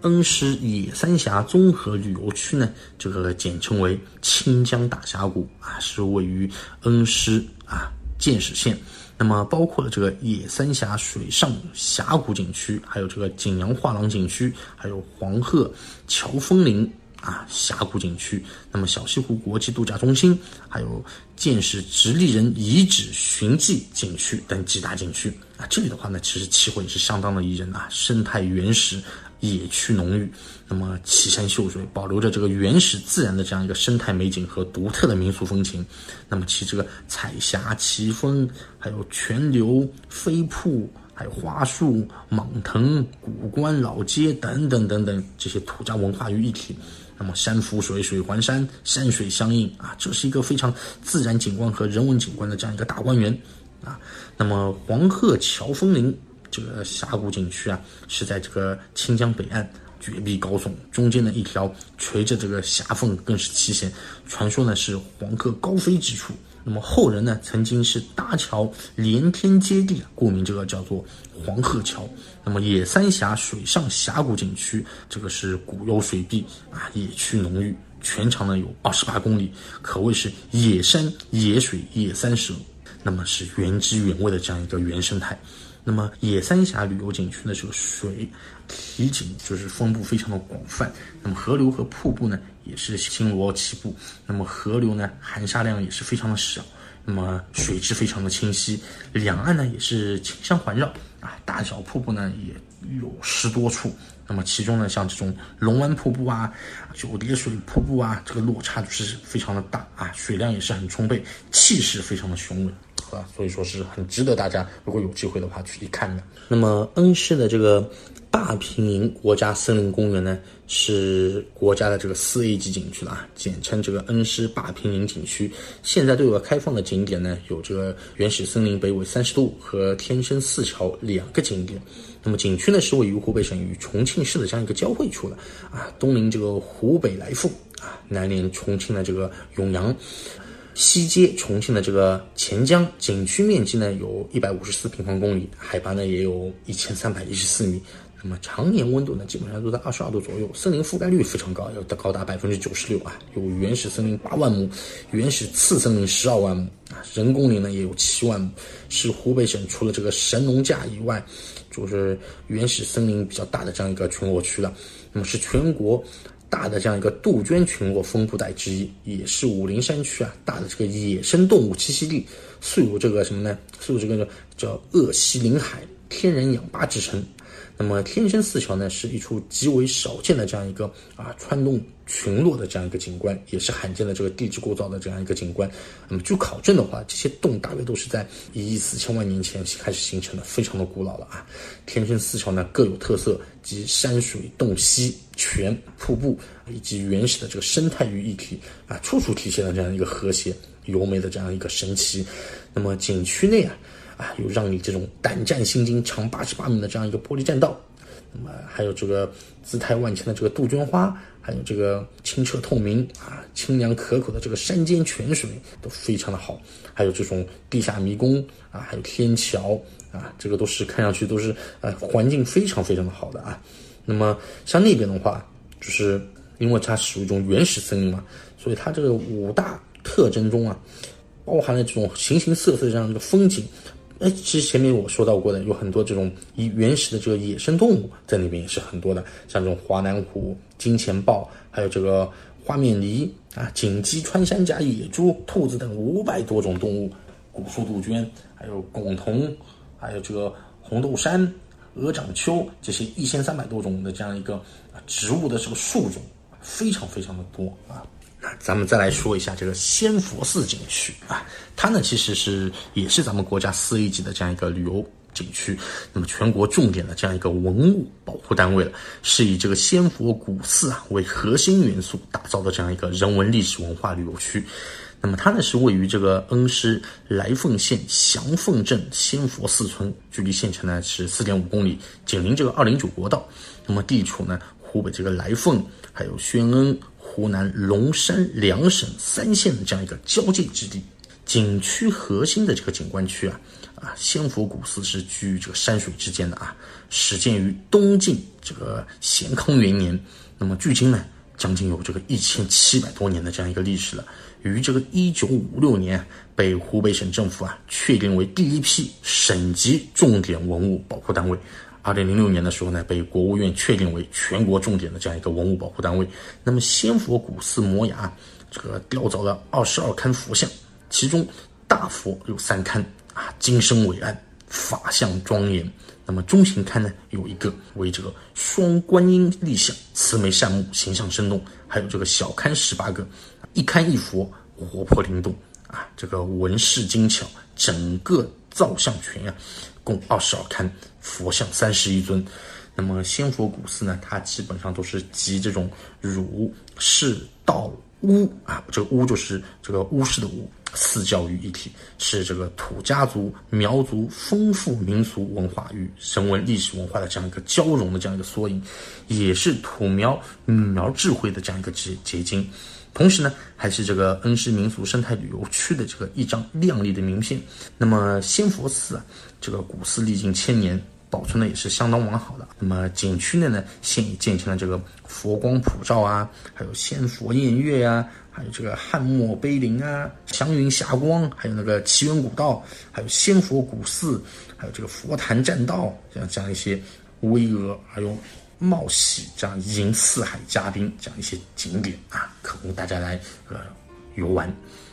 恩施野三峡综合旅游区呢，这个简称为清江大峡谷啊，是位于恩施建始县。那么包括了这个野三峡水上峡谷景区，还有这个景阳画廊景区，还有黄鹤乔峰林峡谷景区，那么小西湖国际度假中心，还有建始直立人遗址寻迹景区等几大景区这里的话呢，其实气候也是相当的宜人生态原始，野趣浓郁，那么奇山秀水，保留着这个原始自然的这样一个生态美景和独特的民俗风情。那么其这个彩霞、奇峰，还有泉流、飞瀑，还有花树、蟒藤、古关老街等等等等，这些土家文化于一体。那么山浮水，水环山，山水相映这是一个非常自然景观和人文景观的这样一个大观园那么黄鹤乔峰林这个峡谷景区是在这个清江北岸，绝壁高耸，中间的一条垂着这个峡缝更是奇险，传说呢是黄鹤高飞之处。那么后人呢曾经是搭桥连天接地，故名这个叫做黄鹤桥。那么野三峡水上峡谷景区，这个是古幽水碧野趣浓郁，全长呢有28公里，可谓是野山野水野三蛇，那么是原汁原味的这样一个原生态。那么野三峡旅游景区的这个水体景就是分布非常的广泛，那么河流和瀑布呢也是星罗棋布，那么河流呢含沙量也是非常的少，那么水质非常的清晰，两岸呢也是清相环绕大小瀑布呢也有10多处。那么其中呢像这种龙湾瀑布九叠水瀑布这个落差就是非常的大水量也是很充沛，气势非常的雄伟所以说是很值得大家如果有机会的话去看的。那么恩施的这个坝平营国家森林公园呢，是国家的这个4A 级景区了简称这个恩施坝平营景区。现在对外开放的景点呢，有这个原始森林北纬30度和天生四桥2个景点。那么景区呢是位于湖北省与重庆市的这样一个交汇处的东临这个湖北来凤南连重庆的这个永阳，西接重庆的这个钱江。景区面积呢有154平方公里，海拔呢也有1314米。那么常年温度呢基本上都在22度左右，森林覆盖率非常高，有高达96%有原始森林8万亩，原始次森林12万亩人工林呢也有7万亩，是湖北省除了这个神农架以外，就是原始森林比较大的这样一个群落区了。那么是全国大的这样一个杜鹃群落分布带之一，也是武陵山区大的这个野生动物栖息地，素有这个什么呢？素有这个叫鄂西临海天然氧吧之称。那么天生四桥呢是一处极为少见的这样一个穿洞群落的这样一个景观，也是罕见的这个地质构造的这样一个景观。那么据考证的话，这些洞大约都是在1亿4千万年前开始形成的，非常的古老了天生四桥呢各有特色，及山水洞溪泉瀑布以及原始的这个生态于一体处处体现了这样一个和谐优美的这样一个神奇。那么景区内有让你这种胆战心惊长88米的这样一个玻璃栈道，那么还有这个姿态万千的这个杜鹃花，还有这个清澈透明清凉可口的这个山间泉水都非常的好，还有这种地下迷宫还有天桥这个都是看上去都是环境非常非常的好的那么像那边的话，就是因为它属于一种原始森林嘛，所以它这个5大特征中包含了这种形形色色的这样一个风景。其实前面我说到过的，有很多这种原始的这个野生动物在那边也是很多的，像这种华南虎、金钱豹，还有这个花面狸锦鸡、穿山甲、野猪、兔子等500多种动物，古树杜鹃，还有珙桐，还有这个红豆杉、鹅掌楸，这些1300多种的这样一个植物的这个树种，非常非常的多那咱们再来说一下这个仙佛寺景区它呢其实也是咱们国家4A级的这样一个旅游景区，那么全国重点的这样一个文物保护单位了，是以这个仙佛古寺为核心元素打造的这样一个人文历史文化旅游区。那么它呢是位于这个恩施来凤县祥凤镇仙佛寺村，距离县城呢是4.5公里，紧邻这个209国道。那么地处呢湖北这个来凤，还有宣恩、湖南龙山2省3县的这样一个交界之地。景区核心的这个景观区仙佛古寺是居于这个山水之间的始建于东晋这个咸康元年，那么距今呢将近有这个1700多年的这样一个历史了。于这个1956年被湖北省政府确定为第一批省级重点文物保护单位。2006年的时候呢，被国务院确定为全国重点的这样一个文物保护单位。那么仙佛古寺摩崖这个雕凿了22龛佛像，其中大佛有3龛金身伟岸，法相庄严。那么中型龛呢有一个为这个双观音立像，慈眉善目，形象生动。还有这个小龛18个，一龛一佛，活泼灵动这个纹饰精巧，整个造像群共22龛，佛像31尊。那么仙佛古寺呢，它基本上都是集这种儒释道巫这个巫就是这个巫师的巫，四教于一体，是这个土家族苗族丰富民俗文化与人文历史文化的这样一个交融的这样一个缩影，也是土苗女苗智慧的这样一个结晶。同时呢，还是这个恩施民俗生态旅游区的这个一张亮丽的名片。那么仙佛寺这个古寺历经1000年，保存的也是相当完好的。那么景区内呢，现已建成了这个佛光普照还有仙佛宴乐还有这个汉墨碑林祥云霞光，还有那个奇缘古道，还有仙佛古寺，还有这个佛坛栈道，这样一些巍峨而又冒喜这样迎四海嘉宾这样一些景点可供大家来游玩。